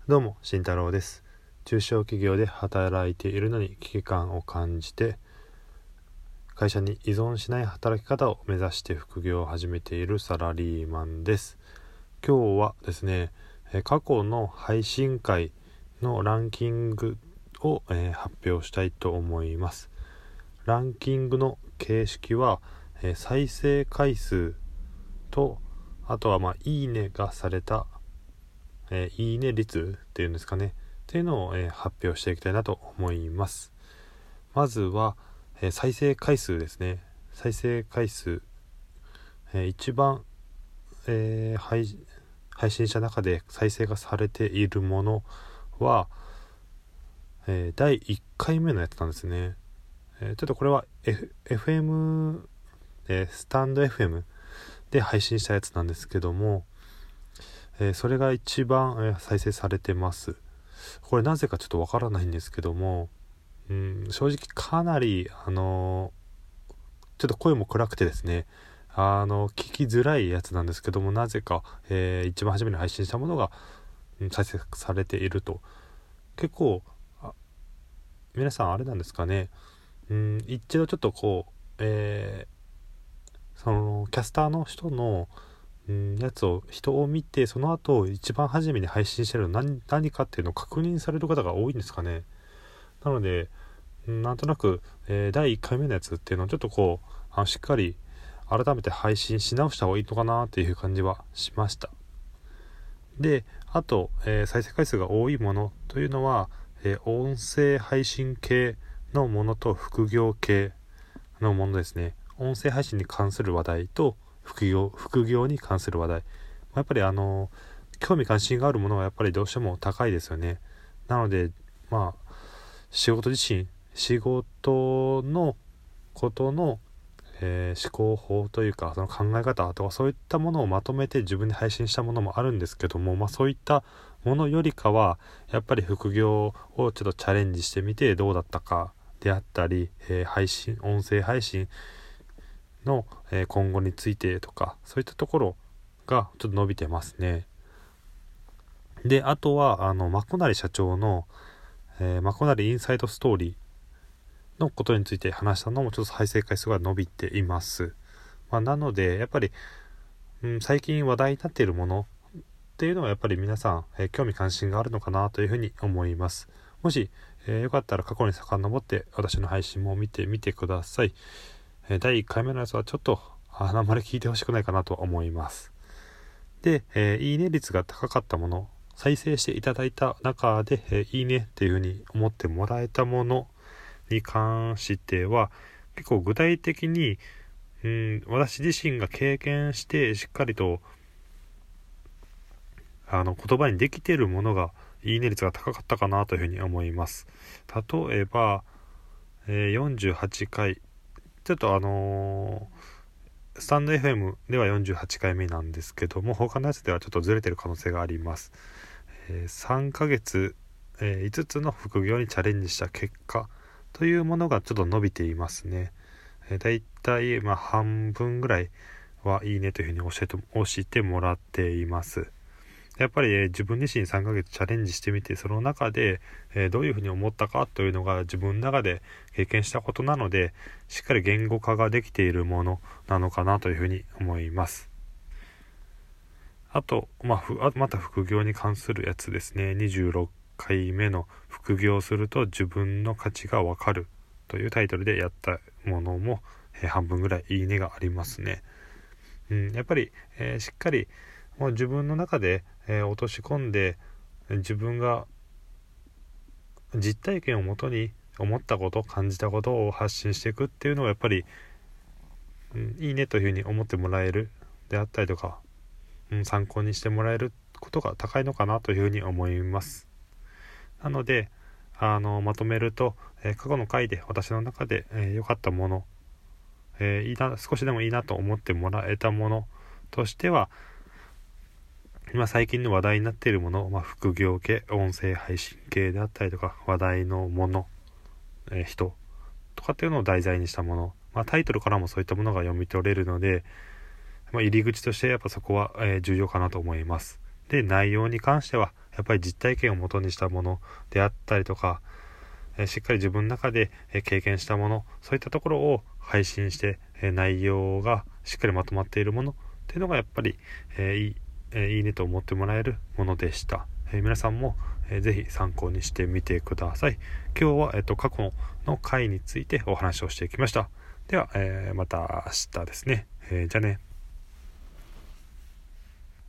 どうも慎太郎です。中小企業で働いているのに危機感を感じて、会社に依存しない働き方を目指して副業を始めているサラリーマンです。今日はですね、過去の配信会のランキングを、発表したいと思います。ランキングの形式は、再生回数と、あとはいいねがされたいいね率っていうんですかねっていうのを、発表していきたいなと思います。まずは、再生回数ですね。再生回数、一番、配信した中で再生がされているものは、第1回目のやつなんですね。ちょっとこれは、FM、スタンド FM で配信したやつなんですけども、それが一番、再生されてます。これなぜかちょっとわからないんですけども、正直かなりちょっと声も暗くてですね、聞きづらいやつなんですけども、なぜか、一番初めに配信したものが、再生されていると。結構皆さんあれなんですかね、一度ちょっとこう、そのキャスターの人の人を見て、その後一番初めに配信してるの何かっていうのを確認される方が多いんですかね。なので、なんとなく、第1回目のやつっていうのをちょっとこうしっかり改めて配信し直した方がいいのかなっていう感じはしました。で、あと、再生回数が多いものというのは、音声配信系のものと副業系のものですね。音声配信に関する話題と副業に関する話題、やっぱり興味関心があるものはやっぱりどうしても高いですよね。なので仕事のことの、思考法というかその考え方とかそういったものをまとめて自分に配信したものもあるんですけども、そういったものよりかはやっぱり副業をちょっとチャレンジしてみてどうだったかであったり、音声配信の、今後についてとかそういったところがちょっと伸びてますね。で、あとはマコナリ社長の、マコナリインサイドストーリーのことについて話したのもちょっと再生回数が伸びています。なのでやっぱり、最近話題になっているものっていうのはやっぱり皆さん、興味関心があるのかなというふうに思います。もし、よかったら過去に遡って私の配信も見てみてください。第1回目のやつはちょっとあんまり聞いてほしくないかなと思います。で、いいね率が高かったもの、再生していただいた中で、いいねっていうふうに思ってもらえたものに関しては結構具体的に、私自身が経験してしっかりと言葉にできているものがいいね率が高かったかなというふうに思います。例えば、48回ちょっとスタンド FM では48回目なんですけども、他のやつではちょっとずれてる可能性があります。3ヶ月、5つの副業にチャレンジした結果というものがちょっと伸びていますね。だいたい半分ぐらいはいいねというふうに教えてもらっています。やっぱり、自分自身3ヶ月チャレンジしてみて、その中で、どういうふうに思ったかというのが自分の中で経験したことなので、しっかり言語化ができているものなのかなというふうに思います。あと、また副業に関するやつですね。26回目の副業すると自分の価値がわかるというタイトルでやったものも、半分ぐらいいいねがありますね。やっぱり、しっかりもう自分の中で、落とし込んで自分が実体験をもとに思ったこと感じたことを発信していくっていうのがやっぱり、いいねというふうに思ってもらえるであったりとか、参考にしてもらえることが高いのかなというふうに思います。なのでまとめると、過去の回で私の中で良かったもの、少しでもいいなと思ってもらえたものとしては、最近の話題になっているもの、副業系、音声配信系であったりとか、話題のもの、人とかっていうのを題材にしたもの、タイトルからもそういったものが読み取れるので、入り口としてやっぱそこは、重要かなと思います。で、内容に関しては、 やっぱり実体験を元にしたものであったりとか、しっかり自分の中で経験したもの、そういったところを配信して、内容がしっかりまとまっているものっていうのがやっぱり、いいねと思ってもらえるものでした。皆さんも、ぜひ参考にしてみてください。今日は、過去の回についてお話をしてきました。では、また明日ですね。じゃあね。